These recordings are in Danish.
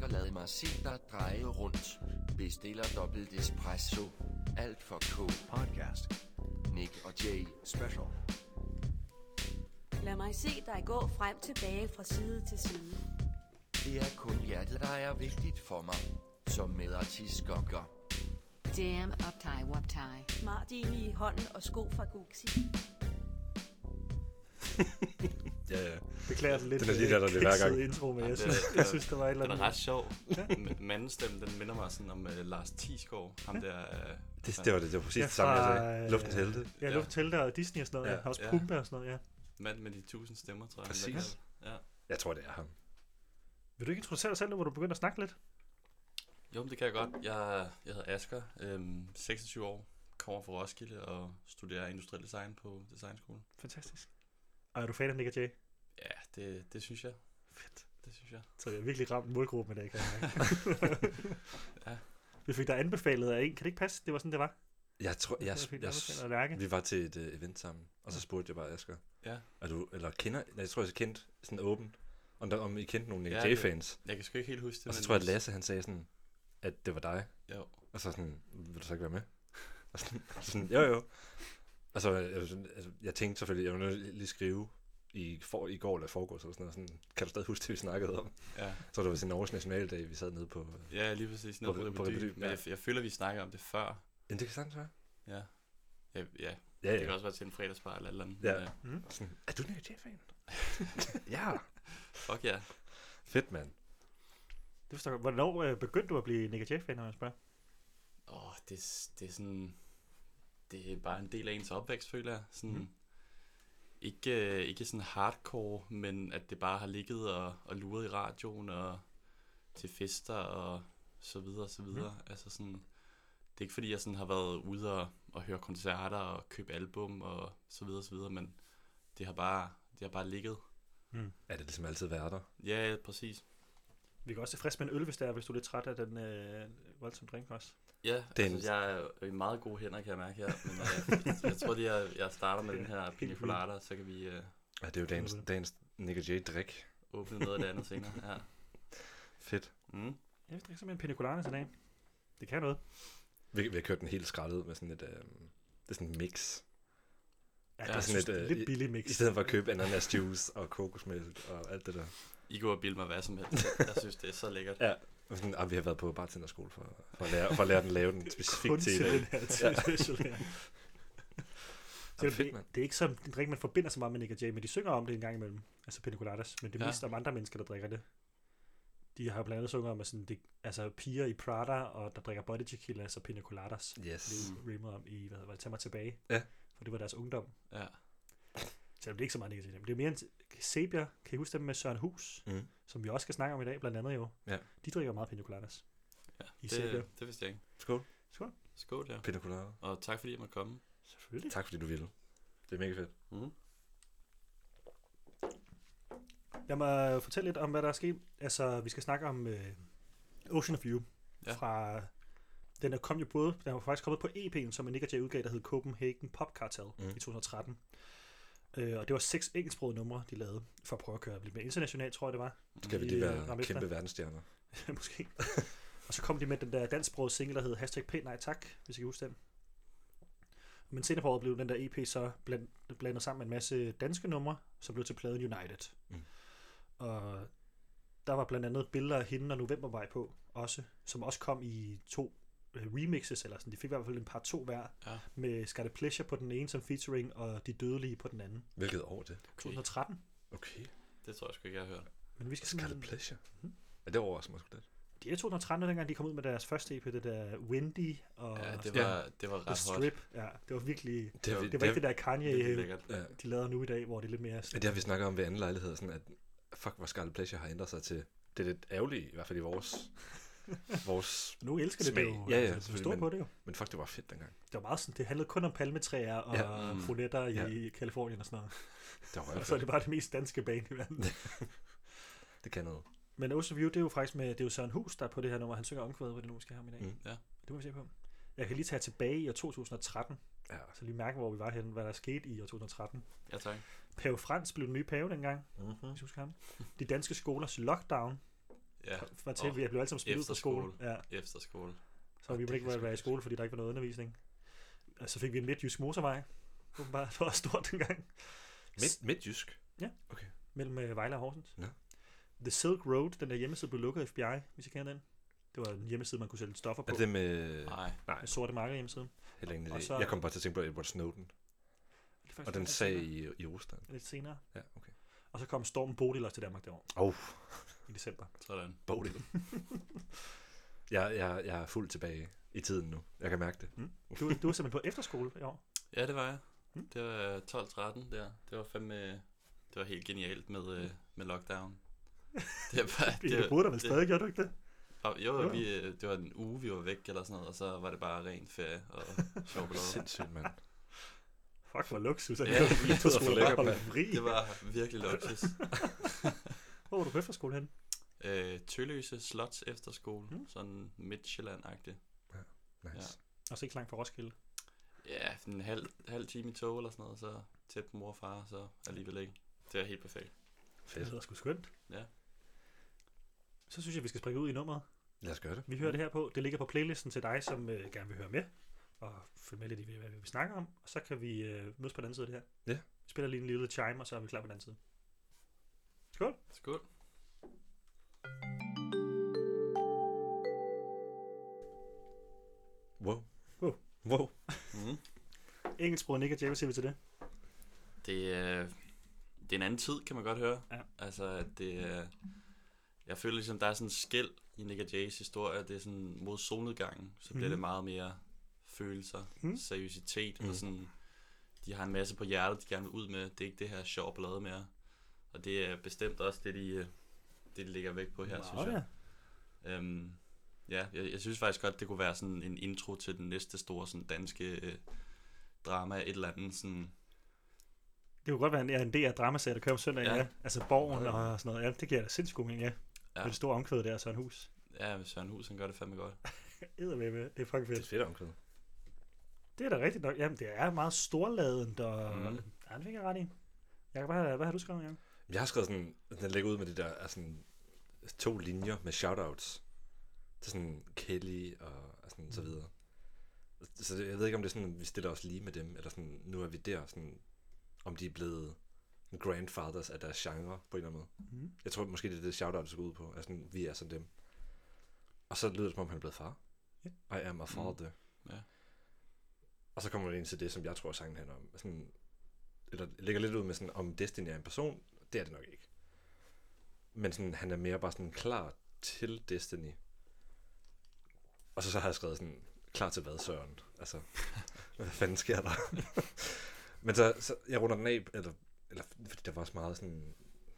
og lad mig se dig dreje rundt. Bestiller dobbelt espresso. Alt for K. Podcast. Nick og Jay. Special. Lad mig se dig gå frem tilbage fra side til side. Det er kun hjertet, der er vigtigt for mig. Som med artistgokker. Damn uptie wuptie. Martin i hånden og sko fra Gucci. Ja. Beklager den lidt Den er lige der det hver gang. Intro, men jeg synes, der var et eller Den andet. er ret sjov. Mandestemmen, den minder mig sådan om Lars Thiesgaard. Ham der... Det var præcis det samme, jeg sagde. Luftens helte. Ja, Luftens helte og Disney og sådan noget. Ja. Ja. Også Pumpe og sådan noget, ja. Mand med de 1000 stemmer, tror jeg. Præcis. Ja. Jeg tror, det er ham. Vil du ikke introducere dig selv nu, hvor du begynder at snakke lidt? Jo, det kan jeg godt. Jeg hedder Asger, 26 år, kommer fra Roskilde og studerer industriel design på Designskolen. Fantastisk. Og er du fan af Nick og Jay? Ja, det synes jeg. Fedt. Det synes jeg. Så jeg har virkelig ramt målgruppen i dag, kan jeg mærke. Ja. Vi fik dig anbefalet af en. Kan det ikke passe? Det var sådan, det var. Jeg tror, vi var til et event sammen, og så spurgte jeg bare Asger. Ja. Er du, eller kender, jeg tror, jeg kendte sådan åbent, om I kendte nogle Nick Ja, Jay-fans. Jeg kan sgu ikke helt huske det. Og så tror jeg, at Lasse, han sagde sådan, at det var dig. Jo. Og så sådan, vil du så ikke være med? Og sådan jo. Og så, jeg tænkte selvfølgelig, jeg ville lige skrive i går eller forgårs eller sådan noget. Sådan, kan du stadig huske det, vi snakkede om? Ja. Så det var sin Norges nationaldag, vi sad nede på... Ja, lige præcis. Nede på Ribedy. Men jeg føler, vi snakker om det før. Men det kan sagtens være. Ja. Ja. Ja. Det kan også være til en fredagsbar eller andet. Ja. Men, Sådan, er du Nick Jay-fan? Ja. fuck ja. Fedt, mand. Det forstår jeg. Hvornår begyndte du at blive Nick og Jay-fan, når jeg spørger? Det er sådan... Det er bare en del af ens opvækst, føler jeg. Sådan, ikke sådan hardcore, men at det bare har ligget og luret i radioen og til fester og så videre og så videre. Altså sådan, det er ikke fordi, jeg sådan har været ude og høre koncerter og købe album og så videre, men det har bare ligget. Er det ligesom altid været der? Ja, præcis. Vi kan også se frisk med en øl, hvis du er lidt træt af den voldsomme drink også. Ja, altså, jeg er i meget gode hænder, kan jeg mærke her. Men jeg tror lige, jeg starter med den her pina colada, så kan vi Ja, det er jo dagens Nick og Jay-drik. åbne noget af det andet senere. Ja. Fedt. Jeg drikker simpelthen en pina colada til dag. Det kan noget. Vi har kørt den helt skrællet med sådan et... det er sådan en mix. Ja, det er sådan et lidt billig mix. I stedet for at købe ananas juice og kokosmælk og alt det der. I kunne have bildet mig hvad som helst. Jeg synes, det er så lækkert. Ja. Sådan, vi har været på bartenderskole for at lære den lave den specifikt til i dag. Den her til Fedt, det er ikke sådan en drink, man forbinder så meget med Nick og Jay, men de synger om det en gang imellem. Altså pina coladas, men det er mest om andre mennesker, der drikker det. De har blandt andet sunget om, at sådan, altså piger i Prada, og der drikker body tequila, altså pina coladas. Yes. Det rimer om i, hvad Tag mig tilbage. Ja. For det var deres ungdom. Ja. Så det er ikke så meget Nick og Jay. Det er mere en Sepia, kan I huske dem med Søren Hus, som vi også skal snakke om i dag, blandt andet jo. Ja. De drikker meget pina coladas. Ja, det vidste jeg ikke. Skål. Skål, ja. Pina colada. Og tak fordi jeg måtte komme. Selvfølgelig. Tak fordi du ville. Det er mega fedt. Jeg må fortælle lidt om, hvad der er sket. Altså, vi skal snakke om Ocean of You. Ja. Fra, den er faktisk kommet på EP'en, som Nick og Jay udgav, der hed Copenhagen Pop Cartel i 2013. Og det var 6 engelsksprogede numre, de lavede, for at prøve at køre lidt mere internationalt, tror jeg det var. Skal vi lige være kæmpe verdensstjerner? Måske. Og så kom de med den der dansksprogede single, der hed #Pænt Nej Tak, hvis I kan huske den. Men senere på året blev den der EP så blandet sammen med en masse danske numre, som blev til pladen United. Og der var blandt andet billeder af hende og Novembervej på, også, som også kom i 2 remixes, eller sådan. De fik i hvert fald en par 2 hver, med Scarlet Pleasure på den ene som featuring, og De Dødelige på den anden. Hvilket år det? 2013. Okay. Det tror jeg sgu ikke, jeg har hørt. Men vi skal Scarlet Pleasure? Er det over også måske det? Det er 2013, dengang de kom ud med deres første EP, det der Windy og det var ret Strip. Ja, det var virkelig... Det var ikke det der Kanye, de lavede nu i dag, hvor det er lidt mere... Det har vi snakket om ved anden lejlighed, sådan at fuck, hvor Scarlet Pleasure har ændret sig til... Det er lidt ærgerligt, i hvert fald i vores nu elsker det smag. jo. Ja, altså, stå på det jo. Men fuck, det var fedt dengang. Det var meget sådan, det handlede kun om palmetræer og brunetter i Kalifornien og sådan noget. Det var og så er det bare det mest danske band i verden. Det kan noget. Men Ocean View, det er jo faktisk med, det er jo Søren Hus, der er på det her nummer. Han synger omkvædet på det nummer, vi skal have ham i dag. Ja. Det må vi se på. Jeg kan lige tage tilbage i år 2013. Ja. Så lige mærke, hvor vi var henne, hvad der skete i år 2013. Ja, tak. Pave Frans blev den nye pave dengang. Hvis du husker ham. De danske skolers lockdown. Ja. For til, vi blev alle sammen smidt ud fra skole. Ja. Efter skole. Så vi ikke måtte være i skole, fordi der ikke var noget undervisning. Og så fik vi en midtjysk motorvej. Åbenbart, det var stort dengang. Midtjysk? Ja. Okay. Mellem Vejle og Horsens. Ja. The Silk Road, den der hjemmeside, blev lukket af FBI, hvis I kender den. Det var en hjemmeside, man kunne sælge stoffer på. Er det med... Nej. Med sorte marker hjemmeside. Heller ingen idé. Så... Jeg kom bare til at tænke på Edward Snowden. Og den sag i Rusland. Lidt senere. Ja, okay. Og så kom Stormen Bodil også til Danmark det år. I december. Sådan. Bodil. jeg er fuldt tilbage i tiden nu. Jeg kan mærke det. Du var simpelthen på efterskole i år. Ja, det var jeg. Det var 12-13 der. Det var fandme... Det var helt genialt med lockdown. Det boede der vel stadig, gjorde du ikke det? Jo, det var en uge, vi var væk eller sådan noget, og så var det bare ren ferie og sjov ballade. Sindssygt, mand. Fuck, hvor luksus. Ja, det for lækkert, mand. Det var virkelig luksus. Hvor var du på efterskole hen? Tølløse Slots efterskole, sådan Midtjylland-agtigt. Nice. Ja. Og så ikke langt fra Roskilde. Ja, en halv time i tog eller sådan noget, så tæt på mor og far, så alligevel ikke. Det er helt perfekt. Det lyder sgu skønt. Ja. Så synes jeg, vi skal springe ud i nummeret. Lad os gøre det. Vi hører det her på. Det ligger på playlisten til dig, som gerne vil høre med. Og følge med lidt i, hvad vi snakker om. Og så kan vi mødes på den anden side af det her. Ja. Vi spiller lige en lille chime, og så er vi klar på den anden side. Skål. Skål. Wow. Engelsksproget Nick og Jay, hvad siger vi til det? Det er en anden tid, kan man godt høre. Ja. Altså, jeg føler ligesom, der er sådan en skel i Nick og Jays historie. Det er sådan mod solnedgangen, så bliver det meget mere følelser, seriøsitet, og sådan, de har en masse på hjertet, de gerne vil ud med. Det er ikke det her sjov blade mere. Og det er bestemt også det, de lægger væk på her, synes jeg. Ja, jeg synes faktisk godt, det kunne være sådan en intro til den næste store sådan danske drama, et eller andet sådan. Det kunne godt være en DR dramaserie, der kører om søndag, ja. Altså Borgen og sådan noget. Ja, det giver da sindssygt god mening, ja. Med det store omkvæd der, Søren Hus. Ja, med Søren Hus, han gør det fandme godt. Eddermame, det er fucking fedt. Det er fedt omkvæd. Det er da rigtigt nok. Jamen, det er meget storladent, og ja, det fik jeg ret i. Jakob, hvad har du skrevet, Jacob? Jeg har skrevet sådan, den lægger ud med det der, er sådan 2 linjer med shoutouts til sådan Kelly og sådan så videre. Så jeg ved ikke, om det er sådan, vi stiller os lige med dem, eller sådan, nu er vi der, sådan, om de er blevet grandfathers af deres genre på en eller anden måde. Jeg tror måske, det er det shoutout, der går ud på, altså, vi er sådan dem. Og så lyder det, som om han er blevet far. I am a father. Ja. Og så kommer det ind til det, som jeg tror, sangen handler om. Sådan, eller lægger lidt ud med sådan, om Destiny er en person. Det er det nok ikke. Men sådan, han er mere bare sådan klar til Destiny. Og så har jeg skrevet sådan, klar til hvad, Søren? Altså, hvad fanden sker der? Men så jeg runder den af, eller fordi der var også meget sådan,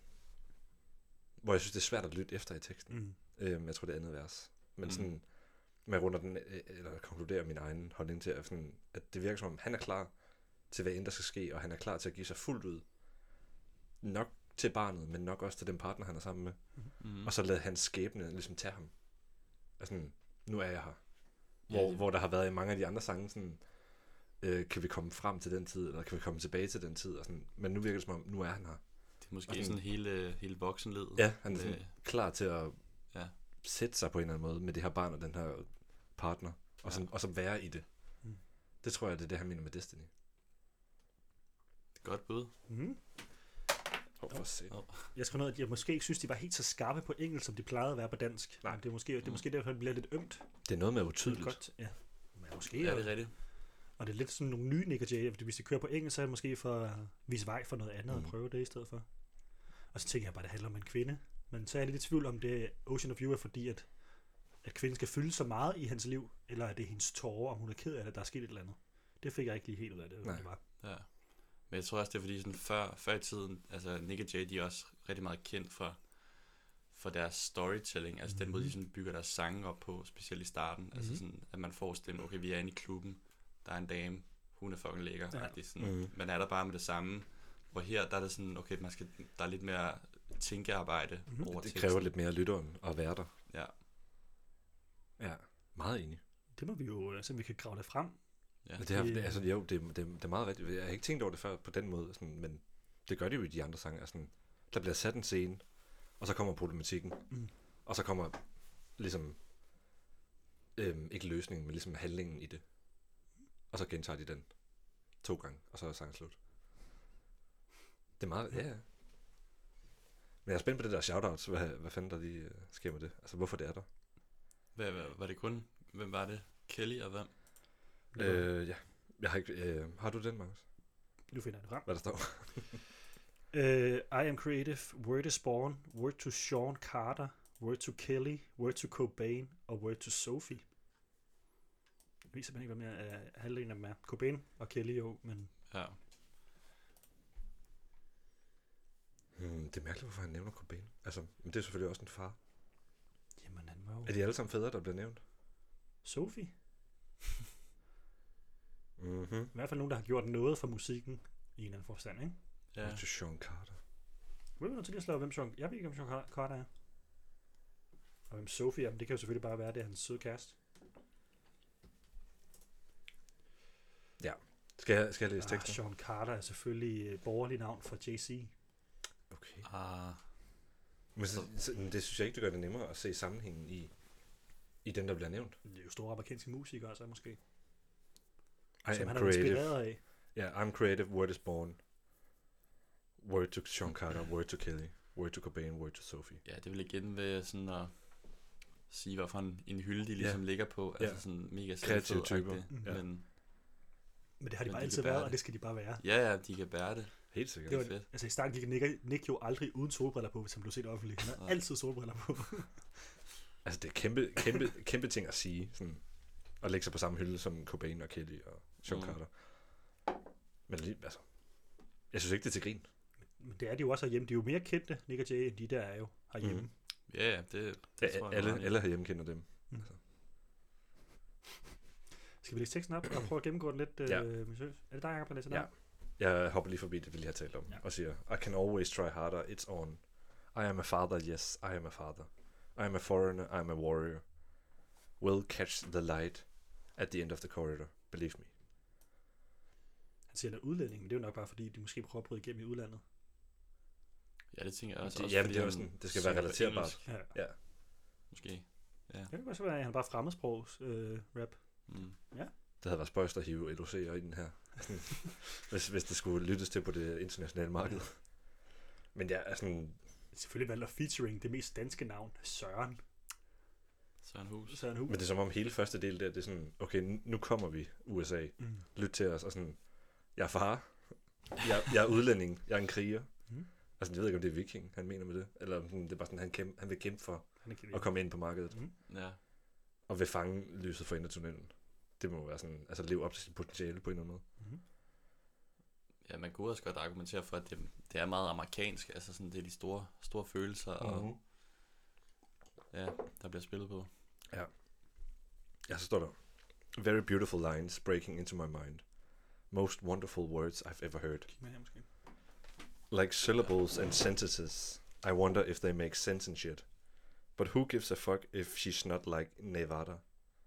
hvor jeg synes, det er svært at lytte efter i teksten. Jeg tror, det er andet vers. Men sådan, man runder den, eller konkluderer min egen holdning til, at det virker som om, han er klar til, hvad end der skal ske, og han er klar til at give sig fuldt ud. Nok til barnet, men nok også til den partner, han er sammen med. Og så lad hans skæbne ligesom tage ham. Altså, nu er jeg her. Hvor der har været i mange af de andre sange, sådan, kan vi komme frem til den tid, eller kan vi komme tilbage til den tid, og sådan. Men nu virker det som om, nu er han her. Det er måske sådan hele voksenledet. Ja, han er sådan klar til at sætte sig på en eller anden måde med det her barn og den her partner, og så være i det. Det tror jeg, det er det, han mener med Destiny. Godt bud. Jeg skrev noget, at jeg måske ikke synes, de var helt så skarpe på engelsk, som de plejede at være på dansk. Nej. Det er måske derfor, det bliver lidt ømt. Det er noget med utydeligt. Godt, ja. Men måske, ja, det er rigtigt. Og det er lidt sådan nogle nye Nick og Jay, fordi hvis de kører på engelsk, så er det måske for at vise vej for noget andet og prøve det i stedet for. Og så tænker jeg bare, at det handler om en kvinde. Men så er jeg lidt i tvivl om det Ocean of You er fordi, at kvinden skal fylde så meget i hans liv, eller er det hendes tårer, om hun er ked af det, der er sket et eller andet. Det fik jeg ikke lige helt ud af det, hvad det var. Ja. Men jeg tror også, det er fordi sådan før i tiden, altså Nick og Jay, de er også rigtig meget kendt for deres storytelling, altså den måde, de sådan bygger deres sange op på, specielt i starten, altså sådan, at man forestiller, okay, vi er inde i klubben, der er en dame, hun er fucking lækker, sådan. Man er der bare med det samme, hvor her, der er det sådan, okay, der er lidt mere tænkearbejde over det kræver lidt mere lytteren at være der. Ja. Ja, meget enig. Det må vi jo, så vi kan grave det frem. Ja. Det er meget rigtigt. Jeg har ikke tænkt over det før på den måde, sådan, men det gør de jo i de andre sange. Altså, der bliver sat en scene, og så kommer problematikken. Og så kommer ligesom, ikke løsningen, men ligesom handlingen i det. Og så gentager de den 2 gange, og så er sangen slut. Det er meget, ja. Men jeg er spændt på det der shoutouts, hvad fanden der lige sker med det. Altså, hvorfor det er der. Hvad var det kun? Hvem var det? Kelly og hvem? Ja. Jeg har ikke, har du den, Magnus? Nu finder jeg det frem. Hvad der står? I am creative, word is born, word to Sean Carter, word to Kelly, word to Cobain og word to Sophie. Jeg viser ikke, hvad mere halvdelen af dem er. Cobain og Kelly jo, men... Ja. Det er mærkeligt, hvorfor han nævner Cobain. Altså, men det er selvfølgelig også en far. Jamen, han var jo... Er de alle sammen fædre, der bliver nævnt? Sophie? Mhm. I hvert fald nogen, der har gjort noget for musikken i en eller anden forstand, ikke? Ja. Og til Sean Carter. Vil du nødt til lige at slå, hvem Sean... Jeg ved ikke, hvem Sean Carter er. Og hvem Sophie er, men det kan jo selvfølgelig bare være, det er hans søde kæreste. Ja. Skal jeg læse teksten? Sean Carter er selvfølgelig borgerlig navn for Jay-Z. Okay. Ah, Men men det synes jeg ikke, det gør det nemmere at se sammenhængen i den, der bliver nævnt. Det er jo store amerikanske musikere, så måske. I Som am han er creative. inspireret af. Yeah, I'm creative, word is born. Word to Sean Carter, word to Kelly, word to Cobain, word to Sophie. ja, det vil igen være sådan at sige, hvorfor en hylde de ligesom ligger på. Altså sådan mega Kreative typer. Ja. Men det har de Men bare de altid kan bære været, det. og det skal de bare være. Ja, de kan bære det. Helt sikkert. Det var, fedt. altså i starten gik Nick jo aldrig uden solbriller på, hvis han blev set offentligt. Han havde altid solbriller på. Altså, det er kæmpe ting at sige. Sådan, at lægge sig på samme hylde som Cobain og Kelly og Sean Carter. Men lige, altså, jeg synes ikke, det er til grin. Men det er de jo også herhjemme. De er jo mere kendte, Nick og Jay, end de der er jo herhjemme. Mhm. Ja, det tror jeg meget, Alle herhjemme kender dem. Skal vi læse teksten op og prøve at gennemgå den lidt, Ja. minutiøst? Er det dig, Jacob, der læser den Ja. op? Jeg hopper lige forbi det, vi lige har talt om, og siger, I can always try harder, it's on. I am a father, yes, I am a father. I am a foreigner, I am a warrior. Will catch the light at the end of the corridor, believe me. Han siger, at udlænding, men det er jo nok bare, fordi de måske prøver at bryde igennem i udlandet. Ja, det tænker jeg også. Jamen, fordi det er også han sådan, det skal være synger på relaterbart. engelsk, Ja. Ja. Måske. Ja. Det kan også være, at han bare fremmedsprogs rap. Mm. Det havde været spøjst at hive LOC'er i den her. hvis det skulle lyttes til på det internationale marked. Men jeg er sådan... Selvfølgelig valgte featuring det mest danske navn, Søren. Søren Hus. Søren Hus. Men det er som om hele første del der, det er sådan, okay, nu kommer vi, USA. Lyt til os, og sådan, jeg er far, jeg er udlænding, jeg er en kriger. Altså, jeg ved ikke, om det er viking, han mener med det, eller om det er bare sådan, han vil kæmpe for at komme ind på markedet, Ja. og vil fange lyset for tunnelen. Det må være sådan, altså leve op til sit potentiale på en eller anden måde. Ja, man kunne også godt argumentere for, at det er meget amerikansk. Altså sådan, det er de store følelser, og ja, der bliver spillet på. Ja, så står der, very beautiful lines breaking into my mind. Most wonderful words I've ever heard. Kig med her måske. Like syllables and sentences. I wonder if they make sense and shit. But who gives a fuck if she's not like Nevada?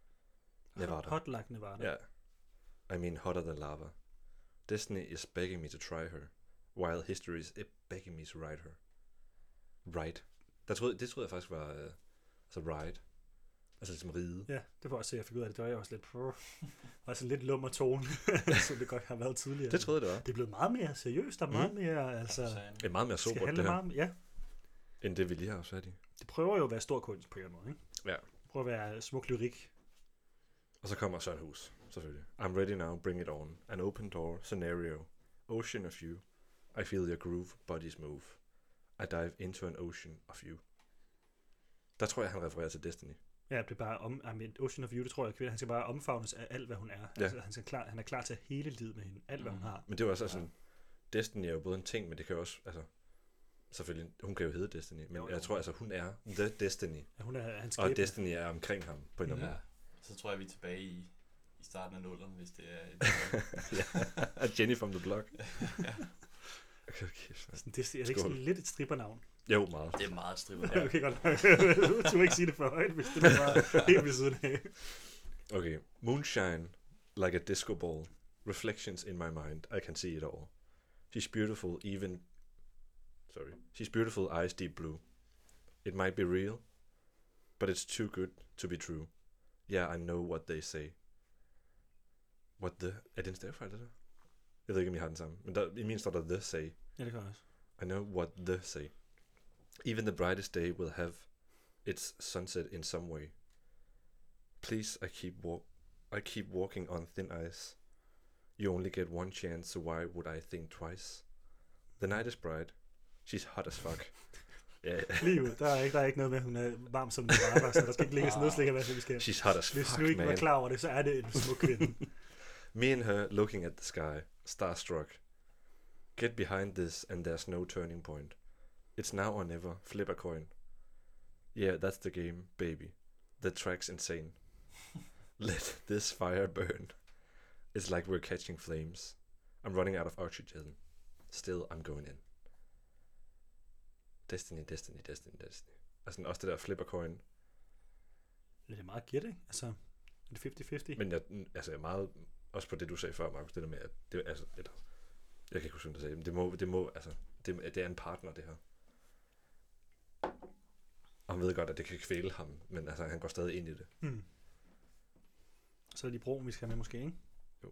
Hot like Nevada. Yeah. I mean hotter than lava. Destiny is begging me to try her, while history is begging me to ride her. Ride. Det troede jeg faktisk var altså ride. Altså ligesom ride. Ja, det var også jeg fik ud af det. Det var jeg også lidt på. Også lidt lummer tone, som det godt har været tidligere. Det troede jeg, det var. Det er blevet meget mere seriøst og meget mere, altså... Det er meget mere skal sobert, handle det her, meget, ja. end det vi lige har sat i. Det prøver jo at være stor kunst på en måde, ikke? Ja. Det prøver at være smuk lyrik. Og så kommer Søren Hus, selvfølgelig. I'm ready now, bring it on. An open door, scenario. Ocean of you. I feel your groove, bodies move. I dive into an ocean of you. Der tror jeg, han refererer til Destiny. Ja, det er bare Ocean of You, det tror jeg, han skal bare omfavnes af alt, hvad hun er. Ja. Altså, han er klar til hele livet med hende. Alt, hvad hun har. Men det er jo også sådan, Destiny er jo både en ting, men det kan jo også, altså, selvfølgelig, hun kan jo hedde Destiny, men Jo. jeg tror altså, hun er The Destiny, Ja, hun er hans og skæbne. Destiny er omkring ham, på en eller anden Ja. måde. Så tror jeg, vi er tilbage i starten af nullerne, hvis det er Ja, Jenny from the Block. Okay, Sådan, det er ikke sådan lidt et strippernavn. jo, meget. Det er meget strippet. Ja. Okay, godt. Du må ikke sige det for højt, hvis det var helt ved siden af. Okay, moonshine, like a disco ball, reflections in my mind, I can see it all. She's beautiful, she's beautiful, eyes deep blue. It might be real, but it's too good to be true. Yeah, I know what they say. What the... Er det en stavefejl, det der? Jeg ved ikke, om I har den samme. Men i min står der the say. Ja, det kan jeg også. I know what the say. Even the brightest day will have its sunset in some way. Please, I keep walking on thin ice. You only get one chance, so why would I think twice? The night is bright. She's hot as fuck. Yeah. Lige ud. Der er ikke noget med, at hun er varm som en barber, så der skal ikke ligge sådan noget slik af, hvad vi skal. She's hot as Hvis fuck, du ikke man. var klar over det, så er det en smuk kvinde. Me and her looking at the sky, starstruck. Get behind this and there's no turning point. It's now or never, flip a coin. Yeah, that's the game, baby. The track's insane. Let this fire burn. It's like we're catching flames. I'm running out of oxygen. Still, I'm going in. Destiny. Altså også det der flip a coin. Det er meget gæt, ikke? Altså, er det 50-50? Men jeg er meget, også på det du sagde før, Markus, det der med, at det, altså, eller, jeg kan ikke huske, hvad du sagde, men det er en partner, det her. Og han ved godt, at det kan kvæle ham, men altså, han går stadig ind i det. Så er det de broen, vi skal have med måske, ikke? Jo.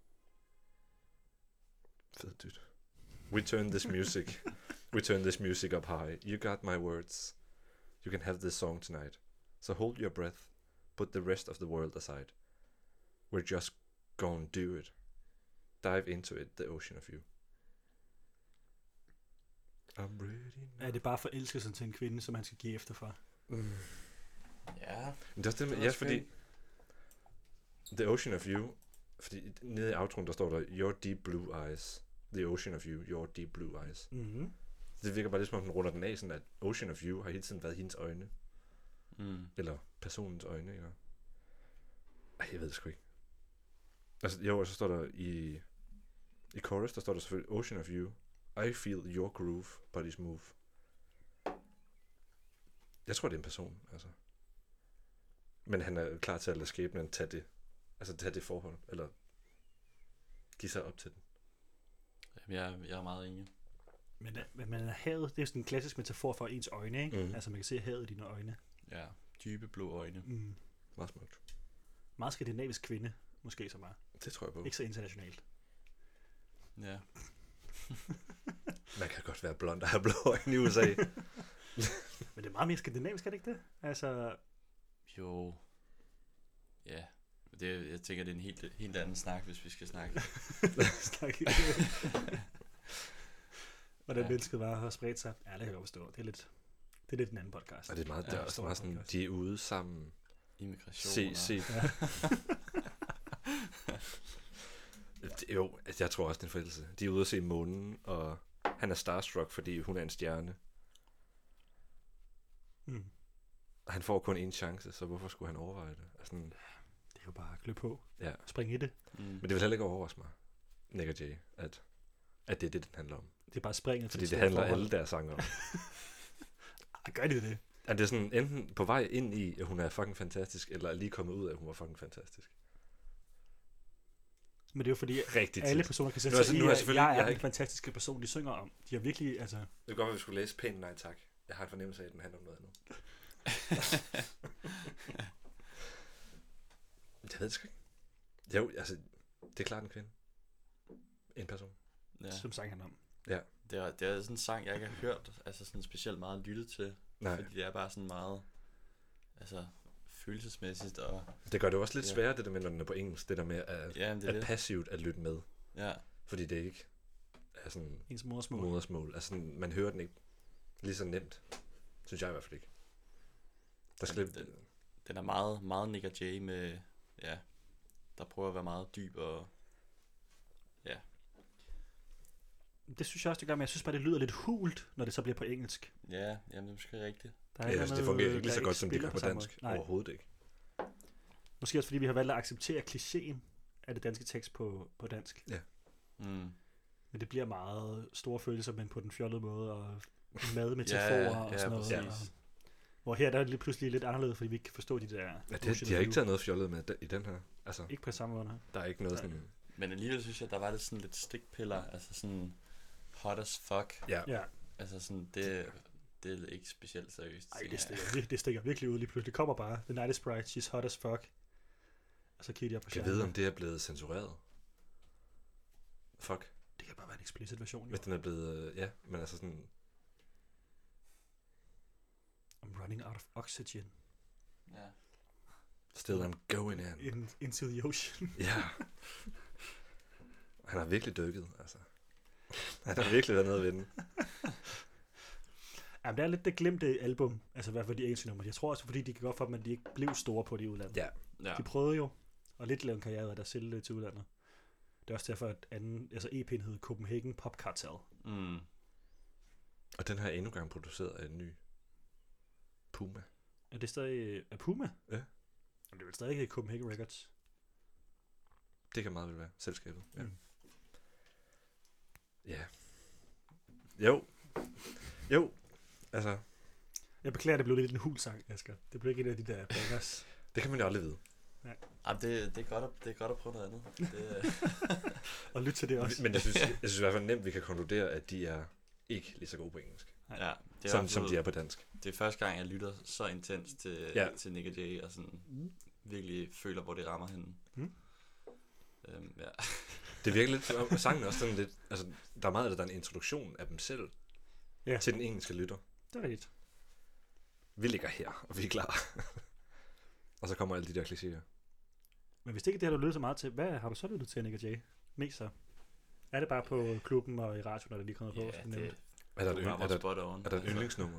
Fed dyt. We turn this music up high. You got my words. You can have this song tonight. So hold your breath. Put the rest of the world aside. We're just gonna do it. Dive into it, the ocean of you. I'm ready now. Er det bare forelskelsen til en kvinde, som han skal give efter for? Ja. Men det er også det med, Det er ja, også fordi The Ocean of You, fordi nede i outroen, der står der Your deep blue eyes. The Ocean of You, Your deep blue eyes. Mm-hmm. Det virker bare lidt som om den runder den af, sådan at Ocean of You har hele tiden været hendes øjne. Eller personens øjne, ikke? Ej, jeg ved det sgu ikke. Altså, jo, så står der i chorus, der står der selvfølgelig Ocean of You. I feel your groove, body's move. Jeg tror, det er en person, altså. Men han er klar til at lade skæbnen tage det forhold, eller give sig op til den. Jamen, jeg er meget enig. Men havet, det er sådan en klassisk metafor for ens øjne, ikke? Altså, man kan se havet i dine øjne. Ja, dybe blå øjne. Meget smukt. Meget skandinavisk kvinde, måske så meget. Det tror jeg på. Ikke så internationalt. Ja. Man kan godt være blond og have blå øjne i USA. Men det er meget mere skandinavisk, er det ikke det? Altså... Jo. Ja. Jeg tænker, det er en helt anden snak, hvis vi skal snakke. Hvordan mennesket var har spredt sig. Ja, det kan jeg godt forstå. Det er lidt en anden podcast. Og det er meget, det er også meget sådan, de er ude sammen. Immigration. Se. Ja. Jo, jeg tror også, det er en forældelse. De er ude at se månen, og han er starstruck, fordi hun er en stjerne. Og han får kun én chance, så hvorfor skulle han overveje det? Altså, det er jo bare at klø på. Ja. Spring i det. Men det vil heller ikke overraske mig, Nick og Jay, at det er det, den handler om. Det er bare springet til. Fordi det handler alle deres sange om. Gør det? Er det sådan enten på vej ind i, at hun er fucking fantastisk, eller er lige kommet ud af, at hun var fucking fantastisk? Men det er jo fordi, rigtig alle tit. personer kan sætte sig i, at jeg er den ikke fantastiske person, de synger om. De har virkelig, altså... Det kan godt være, vi skulle læse Pænt Nej Tak. Jeg har en fornemmelse af, at den handler om noget andet. Jeg ved det sgu ikke. Jo, altså, det er klart en kvinde. En person. Ja. Som sang han om. Ja. Det er sådan en sang, jeg ikke har hørt, altså sådan specielt meget lyttet til. Nej. Fordi det er bare sådan meget, altså følelsesmæssigt og... Det gør det også lidt sværere, det der med, når den er på engelsk, det der med at passivt at lytte med. Ja. Fordi det ikke er sådan... Ens modersmål. Altså sådan, man hører den ikke lige så nemt. Synes jeg i hvert fald ikke. Der skal den er meget, meget Nick og Jay med, ja, der prøver at være meget dyb og, ja. Det synes jeg også, det gør, men jeg synes bare, det lyder lidt hult, når det så bliver på engelsk. Ja, jamen det er måske rigtigt. Det fungerer ikke lige så godt, som det gør på dansk. Overhovedet ikke. Måske også, fordi vi har valgt at acceptere klichéen af det danske tekst på dansk. Ja. Men det bliver meget store følelser, men på den fjollede måde, og madmetaforer og sådan noget. Ja. Hvor her der er det pludselig lidt anderledes, fordi vi ikke kan forstå de der... Ja, de har ikke taget noget fjollet med i den her. Altså, ikke på samme måde. Der er ikke noget sådan... Men alligevel synes jeg, der var sådan lidt stikpiller, altså sådan hot as fuck. Ja. Altså sådan, det det er ikke specielt seriøst. Ej, tænker jeg. det stikker virkelig ud lige pludselig. Det kommer bare. The Night is Bright, she's hot as fuck. Og så kigger jeg på Kan jeg vide, om det er blevet censureret? Fuck. Det kan bare være en explicit version. Jo. Hvis den er blevet... ja, men altså sådan... I'm running out of oxygen Ja. Still I'm going in. into the ocean. Ja. Han har virkelig dykket, altså. Han har virkelig været nede at vinde. Jamen, det er lidt det glemte album. Altså i hvert fald de engelske numre. Jeg tror også, fordi de kan godt for dem, at de ikke blev store på det i udlandet. Ja. Ja. De prøvede jo at lidt lave en karriere af der sælge til udlandet. Det er også derfor, at EP'en hed Copenhagen Pop Cartel. Mm. Og den har endnu gang produceret af en ny Puma. Er det stadig af Puma? Ja. Jamen, det er vel stadig ikke Copenhagen Records. Det kan meget vel være. Selskabet. Ja. Mm. Ja. Jo. Altså, Jeg beklager, det blev lidt en hulsang, Asger. Det blev ikke en af de der bangers. det kan man jo aldrig vide. Jamen, det er godt at prøve noget andet. Det, Og lyt til det også. Men jeg synes i hvert fald nemt, vi kan konkludere, at de er ikke lige så gode på engelsk, ja, det som de er på dansk. Det er første gang, jeg lytter så intens til Nick Jay, og sådan virkelig føler, hvor det rammer hende. Mm. Ja. Det virker lidt som sangen er også sådan lidt, altså der er meget af det, der er en introduktion af dem selv til den engelske lytter. Det er rigtigt. Vi ligger her, og vi er klar. Og så kommer alle de der klichéer. Men hvis det ikke er det, har du lyttet så meget til, hvad har du så lyttet til, Nick Jay? Mest så? Er det bare på klubben og i radioen, når det lige kommer på? Ja, det Er der spot on. er der et yndlingsnummer?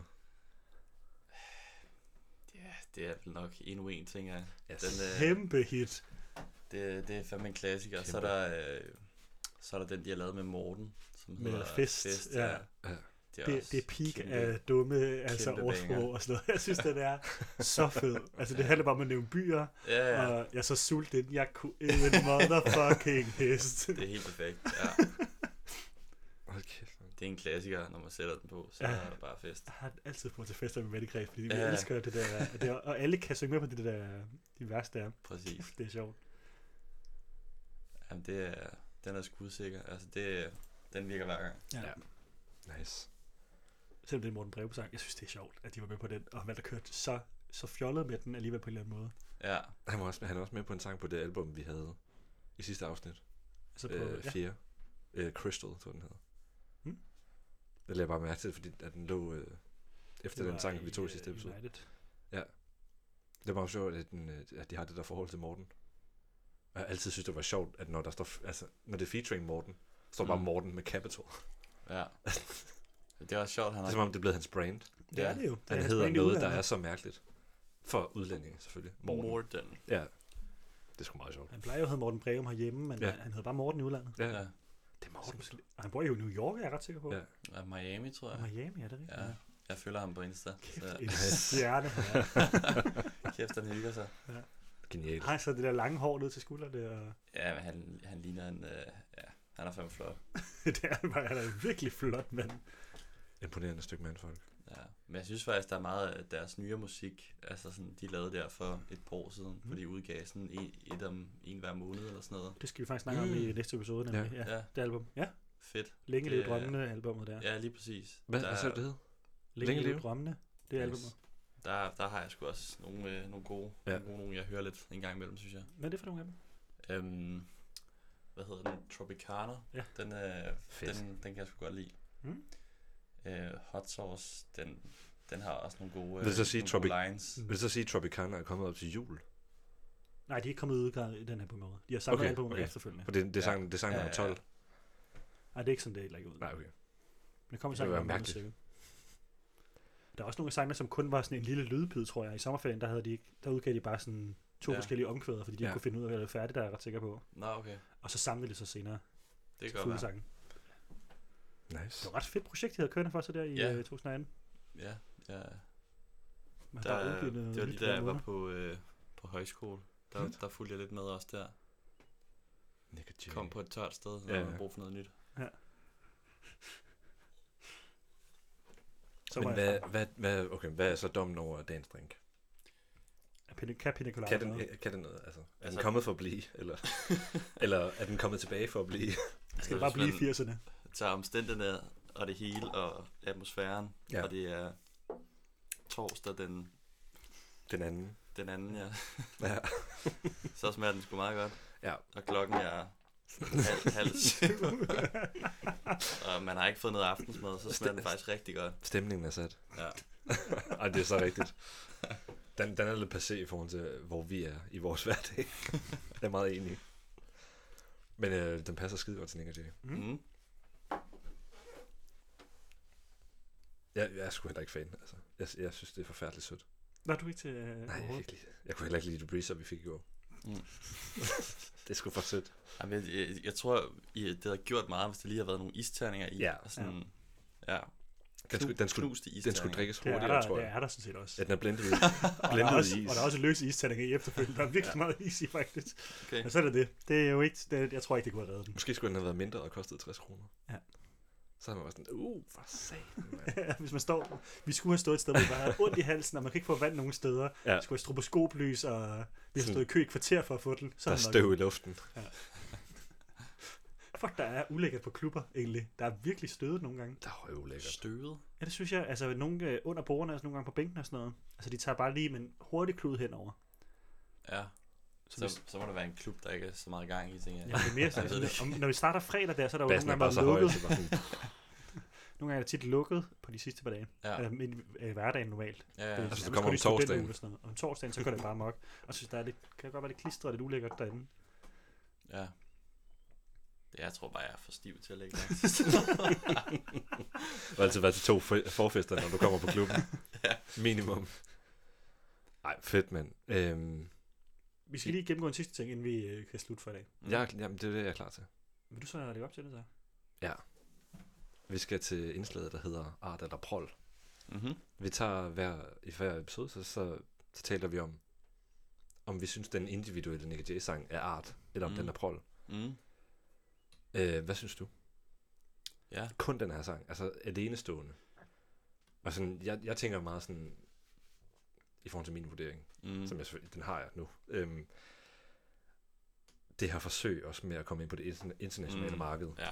Ja, det er vel nok endnu en ting af. Yes. Kæmpe hit. Det er fandme en klassiker. Kæmpe. Så er der den, de har lavet med Morten, som Med hedder Fest, ja. Ja. Det er peak af dumme altså kæmpe ordsprog banger. og sådan noget. Jeg synes, den er så fed. Altså, det handler bare om at nævne byer, Ja. og jeg er så sulten. Jeg kunne æde en motherfucking hest. Det er helt perfekt, ja. Hold kæft, man. Det er en klassiker, når man sætter den på, så er der bare fest. Jeg har altid fået til fester med vennekreds, fordi vi Ja. elsker det der. Og alle kan synge med på det der, de værste der. Præcis. Det er sjovt. Jamen, den er skudsikker. Altså, den virker hver gang. Ja. Nice. Selvom det er Morten Breve-sang, jeg synes, det er sjovt, at de var med på den, og han valgte at køre så fjollet med den alligevel på en eller anden måde. Ja. Han er også med på en sang på det album, vi havde i sidste afsnit. Altså på, 4. Crystal, tror den hedder. Hmm? Det lagde jeg bare mærke til, fordi at den lå efter den sang, vi tog i sidste episode. United. Det var også sjovt, at de har det der forhold til Morten. Og jeg har altid synes, det var sjovt, at når der står, altså, når det er featuring Morten, står bare Morten med capital. Ja. Det er også sjovt, han Det har... er som om, det er blevet hans brand. Det er det jo. Han hedder noget, der er så mærkeligt. For udlændinge, selvfølgelig. Morten. Ja. Det er sgu meget sjovt. Han plejer jo at hedde Morten Breum herhjemme, men han hedder bare Morten i udlandet. Ja. Ja. Det er Morten. Og han bor jo i New York, er jeg ret sikker på. Ja. Ja, Miami, tror jeg. Og Miami, er det rigtigt? Ja. Jeg følger ham på Insta. Kæft, en stjerne. Kæft, han hygger sig. Genialt. Har han så det der lange hår ned til skuldrene? Og... Ja, men han ligner en... han er fandme flot. det er bare, han er en virkelig flot mand. Imponerende stykke mandfolk. Ja. Men jeg synes faktisk, der er meget af deres nyere musik, altså sådan, de lavede der for et par år siden, hvor de udgav sådan en hver måned eller sådan noget. Det skal vi faktisk snakke om i næste episode, nemlig. Ja. Det album. Ja. Fedt. Længe leve drømmene, albumet der. Ja, lige præcis. Hvad så det hed? Længe leve drømmene, det er albumet. Der har jeg sgu også nogle gode, nogle jeg hører lidt en gang imellem, synes jeg. Hvad er det for nogle af dem? Hvad hedder den? Tropicana. Ja. Den kan jeg sgu godt lide. Hot Sauce, den har også nogle gode, vil så sige gode lines. Vil så sige, at Tropicana er kommet op til jul? Nej, de er ikke kommet ud i den her på måde. De har samlet albumet efterfølgende. For det er sang nummer 12. Nej, det er ikke sådan, det er ikke ud. Nej, okay. Men det kommer i sang nummer 7. Der er også nogle af sangene, som kun var sådan en lille lydbid, tror jeg. I sommerferien, der udgav de bare sådan 2 forskellige omkvæder, fordi de ikke kunne finde ud af, hvad det var færdigt, der er jeg ret sikker på. Nå, okay. Og så samlede de så senere. Det gør jeg. Sangen. Nice. Det var et ret fedt projekt, de havde kørende for sig der i 2018. Ja. Det var lige da jeg var på højskole. Der fulgte jeg lidt med også der. Kom på et tørt sted, og havde brug for noget nyt. Ja. Men hvad er så dommen over dagens drink? Kan Pina Colada kan den noget? Altså, er den kommet for at blive? Eller er den kommet tilbage for at blive? Skal det bare blive i 80'erne? Tager omstændigheden og det hele, og atmosfæren, og det er torsdag Den anden. den anden, ja. Ja. Så smager den sgu meget godt. Ja. Og klokken er halv 7. Og man har ikke fået noget aftensmad, så smager den faktisk rigtig godt. Stemningen er sat. Ja. Ej, det er så rigtigt. Den er lidt passé i forhold til, hvor vi er i vores hverdag. Jeg er meget enig. Men den passer skide godt til Nick og Jay. Mm. Jeg er sgu heller ikke fan. Altså. Jeg synes, det er forfærdeligt sødt. Var du ikke til Nej, jeg kunne heller ikke lide det breezer, vi fik i går. Mm. Det er sgu for sødt. Jamen, jeg tror, det havde gjort meget, hvis der lige har været nogle isterninger i. Ja. Og sådan, ja. Den skulle drikkes hurtigere, tror jeg. Det er der sådan set også. Ja, den er blendet i is. Og der er også løs isterninger i efterfølgende. Der er virkelig meget is i, faktisk. Okay. Men så er det. Det er jo ikke... jeg tror ikke, det kunne have reddet den. Måske skulle den have været mindre og kostet 60 kroner. Ja. Så har man været sådan, for satan, mand. Ja, hvis man står... Vi skulle have stået et sted, hvor man havde ondt i halsen, og man kan ikke få vand nogen steder. Ja. Vi skulle have stroboskoplys, og vi har stået i kø i kvarter for at få den. Så Der er støv i luften. Ja. Fuck, der er ulækkert på klubber, egentlig. Der er virkelig stødet nogle gange. Der er ulækkert. Støvet? Ja, det synes jeg. Altså, nogle under bordene, altså nogle gange på bænken og sådan noget. Altså, de tager bare lige med en hurtig klud henover. Ja. Så må der være en klub, der ikke er så meget gang i, tænker jeg. Ja, det er mere sådan, Jeg ved det ikke. når vi starter fredag der, så er der jo Bassen nogle er gange bare været så høj, lukket. så bare sådan, Nogle gange er det tit lukket på de sidste par dage. Ja. Hverdagen normalt. Ja, Det er altså, nærmest du kommer kun om i torsdagen. studenterugen og sådan noget. Og om torsdagen, så går det bare mok. Og så synes der er lidt, kan godt være lidt klistret og lidt ulækkert derinde. ja. Jeg tror bare, jeg er for stiv til at lægge mærke. Du har altid været til 2 forfester, når du kommer på klubben. Ja. Minimum. Ej, fedt, mand. Vi skal lige gennemgå en sidste ting, inden vi kan slutte for i dag. Jamen, det er det, jeg er klar til. Vil du så lægge op til det så? Ja. Vi skal til indslaget, der hedder Art eller Prol. Mm-hmm. Vi tager i hver episode, så taler vi om vi synes, den individuelle Nick Jay-sang er art, eller om den er prol. Mm. Hvad synes du? Ja. Kun den her sang, altså alenestående. Og sådan, jeg tænker meget sådan, i forhold til min vurdering, som jeg selvfølgelig, den har jeg nu. Det her forsøg også med at komme ind på det internationale marked. Ja.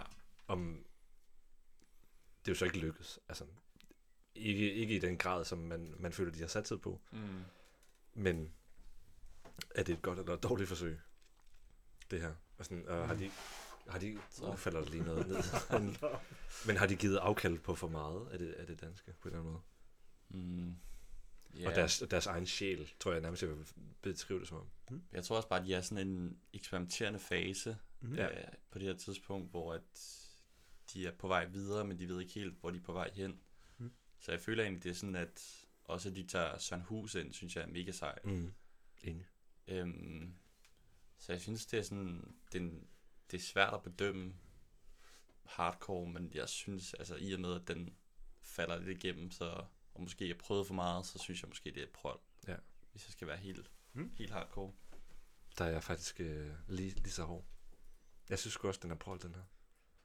Det er jo så ikke lykkedes. Altså, ikke i den grad, som man føler, de har sat sig på. Mm. Men er det et godt eller et dårligt forsøg? Det her. Og sådan, har de så falder der lige noget ned. Men har de givet afkald på for meget af det danske på den måde? Mm. Yeah. Og deres egen sjæl, tror jeg nærmest, jeg vil beskrive det som om. Jeg tror også bare, at de er sådan en eksperimenterende fase på det her tidspunkt, hvor at de er på vej videre, men de ved ikke helt, hvor de er på vej hen. Så jeg føler egentlig, det er sådan, at også at de tager Søren Hus ind, synes jeg er mega sej. Enig. Så jeg synes, det er sådan, det er svært at bedømme hardcore, men jeg synes, altså i og med, at den falder lidt igennem, og måske jeg prøvede for meget, så synes jeg måske, det er et prøv. Ja. Hvis jeg skal være helt hardcore. Der er jeg faktisk lige så hård. Jeg synes også, den er prøv, den her.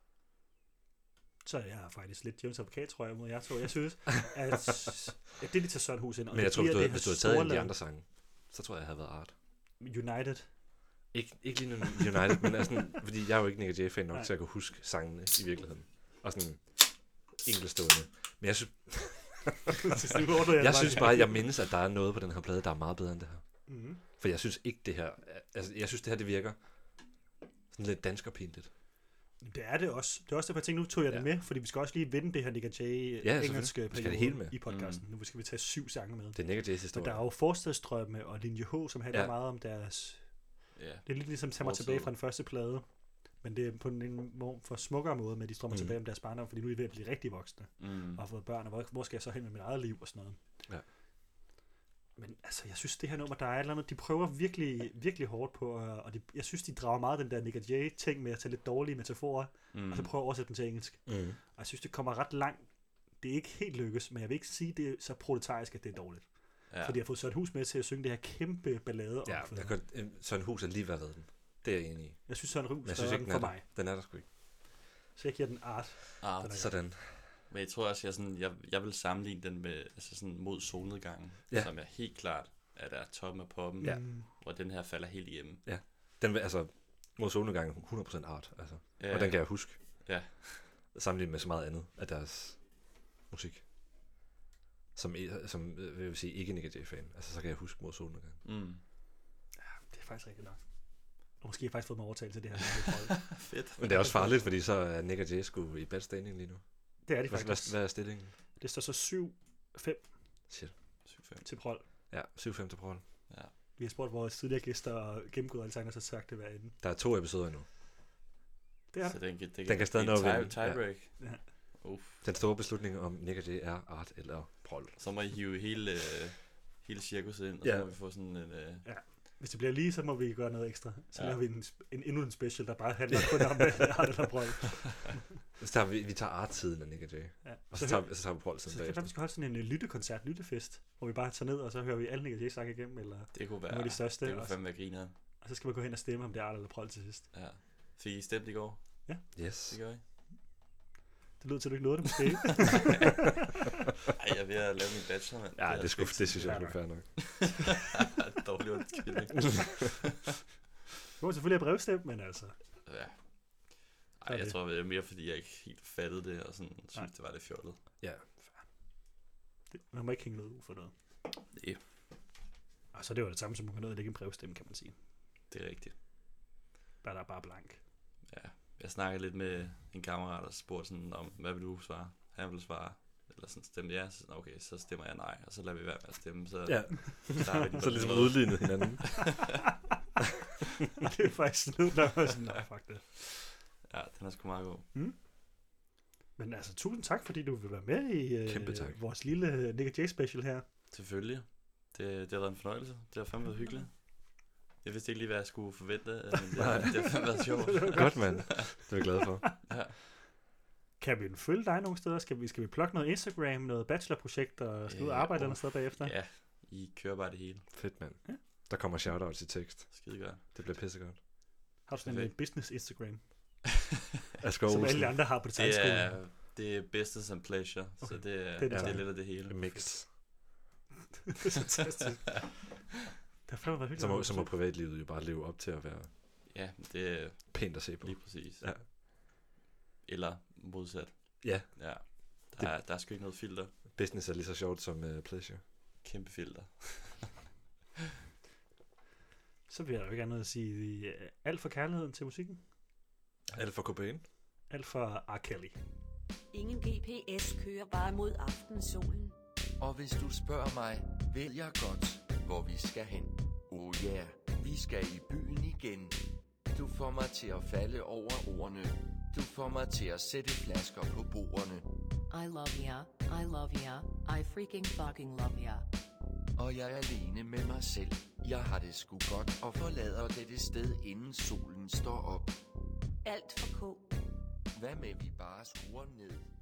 Så jeg er faktisk lidt James advokat, tror jeg, mod jer to. Jeg synes, at det de tager Søren Hus ind. Men jeg tror, hvis du havde taget en af de andre sange, så tror jeg havde været art. United. Ikke lige nu United, men sådan, fordi jeg er jo ikke Nick Jay-fan nok til at kunne huske sangene i virkeligheden. Og sådan enkeltstående. Men jeg synes... jeg synes bare, at jeg mindes, at der er noget på den her plade, der er meget bedre end det her. Mm-hmm. For jeg synes ikke det her... Altså, jeg synes det her, det virker sådan lidt danskerpinligt. Det er det også. Det er også det, jeg tænkte, nu tog jeg det med, fordi vi skal også lige vende det her Nick Jay engelske periode i podcasten. Nu skal vi tage 7 sange med. Det er Nick Jays historie. Men der er jo Forstadsdrømme og Linje H, som handler meget om deres... Det er lidt ligesom Tag mig tilbage fra den første plade. Men det er på en for smukkere måde med, at de strømmer tilbage om deres barndom, fordi nu er de ved at blive rigtig voksne. Og har fået børn, og hvor skal jeg så hen med mit eget liv og sådan noget. Ja. Men altså, jeg synes, det her nummer, der er et eller andet, de prøver virkelig, virkelig hårdt på, og jeg synes, de drager meget den der Nick Jay-ting med at tage lidt dårlige metaforer, og så prøver at oversætte den til engelsk. Og jeg synes, det kommer ret langt. Det er ikke helt lykkes, men jeg vil ikke sige, det er så proletarisk, at det er dårligt. Ja. Fordi jeg har fået Søren Hus med til at synge det her kæmpe ballade. Ja, Søren Hus er lige været den. Det er jeg enig i. Jeg synes, Søren Hus er den for mig. Den er der sgu ikke. Så jeg giver den art. Sådan. Men jeg tror også, jeg vil sammenligne den med altså sådan mod solnedgangen, som er helt klart, at der er toppen af poppen, hvor den her falder helt igennem. Ja, den vil altså mod solnedgangen 100% art, altså. Og den kan jeg huske. Ja. Sammenlignet med så meget andet af deres musik. som vil sige ikke Nick Jay-fan. Altså, så kan jeg huske mod solnedgang. Det er faktisk rigtigt nok. Og måske har jeg faktisk fået mig overtalt til det her. Fedt. Men det er også farligt, fordi så er Nick og Jay sgu i bad standing lige nu. Det er de faktisk. Hvad er stillingen? Det står så 7-5 Shit. 7-5. til Prol. Ja, 7-5 til Prol. Ja. Vi har spurgt vores tidligere gæster og gennemgået alle sangene, så sagt det hver ende. Der er 2 episoder endnu. Det er Så det. den kan stadig nå at vinde. Tiebreak. Ja. Den store beslutning om Nick og Jay er Art eller Prol. Så må I hive hele cirkuset ind, og Ja. så må vi få sådan en... Hvis det bliver lige, så må vi gøre noget ekstra. Så Ja. laver vi endnu en special, der bare handler kun om Art eller Prol. Så tager vi tager Art-siden af Nick og Jay. Ja. Og så tager vi Prol-siden Så kan bagefter. vi skal holde sådan en lyttekoncert, lyttefest, hvor vi bare tager ned, og så hører vi alle Nick og Jay sange igennem, eller Det kunne være... nogle af de største. Det kunne og, fandme være grineren. og så skal man gå hen og stemme, om det er Art eller Prol til sidst. Ja. Fik I stemt i går? Yes. Det gør I? Det lyder til, at du ikke nåede det måske. Ej, jeg er ved at lave min bachelor, mand. Ja, det synes jeg er fair nok. Dårlig undskyldning. Du må selvfølgelig have brevstemt, men altså. Ja. Så er Ej, jeg det. tror, det er mere, fordi jeg ikke helt fattede det, og sådan synes, Nej. det var lidt fjollet. Ja. Man må ikke hænge noget ud for noget. Nej. Og så er det jo det samme, som man kan nå at lægge en brevstemme, kan man sige. Det er rigtigt. Der er der bare blank. Ja. Jeg snakkede lidt med en kammerat, og spurgte sådan om, hvad vil du svare? Han ville svare, eller sådan stemme ja, så sådan, okay, så stemmer jeg nej, og så lader vi være med at stemme. Så Ja. der er vi den Så ligesom måde. udlignet hinanden. Det er faktisk sådan noget, der var sådan, nej, fuck det. Ja, den er sgu meget god. Men altså, tusind tak, fordi du vil være med i Kæmpe tak. vores lille Nick Jay special her. Selvfølgelig. Det har været en fornøjelse. Det har fandme været hyggeligt. Jeg vidste ikke lige, hvad jeg skulle forvente, men det har fandme været sjovt. Godt, mand. Det er jeg glad for. Ja. Kan vi følge dig nogle steder? Skal vi plukke noget Instagram, noget bachelorprojekt, og skal ud og arbejde noget sted bagefter? Ja, I kører bare det hele. Fedt, mand. Ja. Der kommer shoutouts i tekst. Skide godt. Det bliver pissegodt. Har du sådan en Perfekt. business Instagram, Asger som Olsen. alle andre har på Det tegnskolen? er business and pleasure, så Okay. det er, Det er det det er samme. lidt af det hele. Mix. Det er fantastisk. Det har fandme været hyggeligt. Så må privatlivet jo bare leve op til at være Ja, det er pænt at se på. lige præcis. Ja. Eller modsat. Ja, Ja. Der er sgu ikke noget filter. business er lige så sjovt som pleasure. Kæmpe filter. Så vil jeg jo ikke andet at sige alt for kærligheden til musikken. Alt for Cobain. Alt for R. Kelly. Ingen GPS kører bare mod aftensolen. Og hvis du spørger mig, ved jeg godt, hvor vi skal hen. Oh ja, yeah, vi skal i byen igen. Du får mig til at falde over ordene. Du får mig til at sætte flasker på bordene. I love ya, I love ya, I freaking fucking love ya. Og jeg er alene med mig selv. Jeg har det sgu godt og forlader dette sted, inden solen står op. Alt for K. Hvad med vi bare skruer ned?